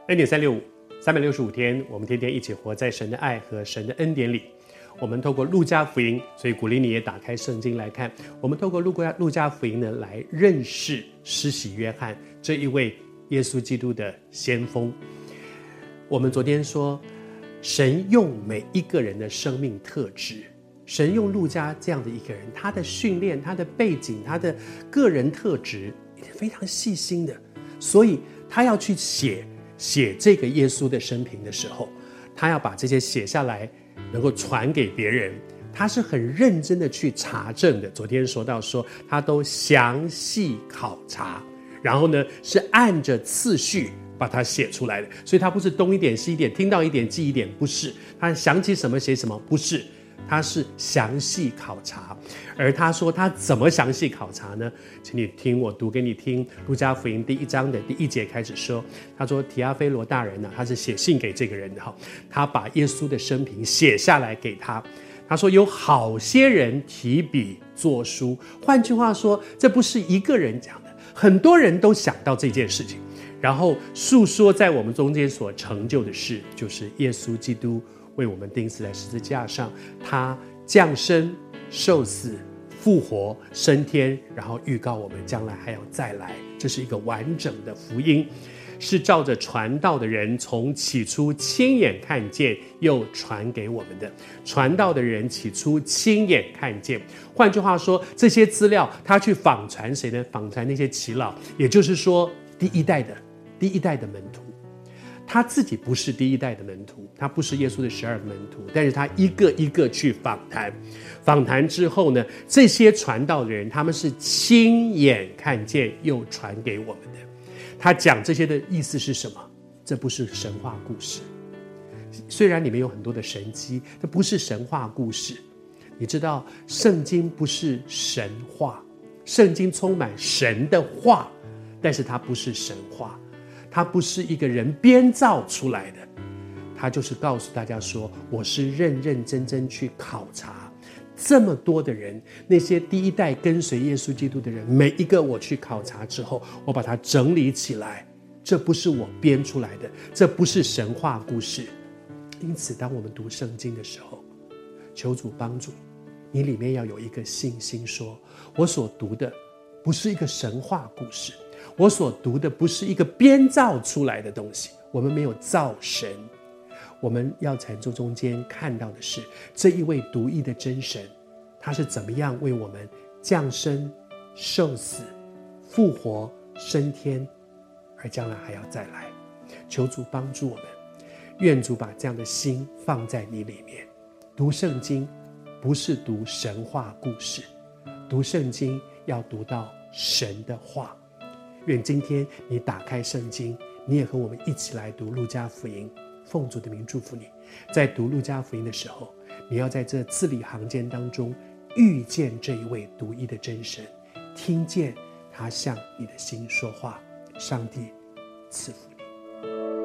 恩典365 365天，我们天天一起活在神的爱和神的恩典里。我们透过路加福音，所以鼓励你也打开圣经来看。我们透过路加福音呢，来认识施洗约翰这一位耶稣基督的先锋。我们昨天说，神用每一个人的生命特质，神用路加这样的一个人，他的训练、他的背景、他的个人特质非常细心的，所以他要去写这个耶稣的生平的时候，他要把这些写下来，能够传给别人。他是很认真的去查证的。昨天说到说，他都详细考察，然后呢是按着次序把它写出来的。所以他不是东一点西一点，听到一点记一点，不是。他想起什么写什么，不是。他是详细考察。而他说他怎么详细考察呢？请你听我读给你听。路加福音第1章的第1节开始说，他说提阿非罗大人他是写信给这个人的，他把耶稣的生平写下来给他。他说有好些人提笔作书，换句话说，这不是一个人讲的，很多人都想到这件事情，然后述说在我们中间所成就的事，就是耶稣基督为我们钉死在十字架上，他降生、受死、复活、升天，然后预告我们将来还要再来。这是一个完整的福音，是照着传道的人从起初亲眼看见又传给我们的。传道的人起初亲眼看见，换句话说，这些资料他去访传谁呢？访传那些耆老，也就是说第一代的门徒。他自己不是第一代的门徒，他不是耶稣的12个门徒，但是他一个一个去访谈之后呢，这些传道的人他们是亲眼看见又传给我们的。他讲这些的意思是什么？这不是神话故事。虽然里面有很多的神迹，这不是神话故事。你知道圣经不是神话，圣经充满神的话，但是它不是神话，它不是一个人编造出来的，它就是告诉大家说，我是认认真真去考察这么多的人，那些第一代跟随耶稣基督的人，每一个我去考察之后，我把它整理起来，这不是我编出来的，这不是神话故事。因此当我们读圣经的时候，求主帮助你，里面要有一个信心，说我所读的不是一个神话故事，我所读的不是一个编造出来的东西，我们没有造神。我们要从中间看到的是这一位独一的真神，他是怎么样为我们降生、受死、复活、升天，而将来还要再来。求主帮助我们，愿主把这样的心放在你里面。读圣经不是读神话故事，读圣经要读到神的话。愿今天你打开圣经，你也和我们一起来读路加福音。奉主的名祝福你，在读路加福音的时候，你要在这字里行间当中遇见这一位独一的真神，听见他向你的心说话。上帝赐福你。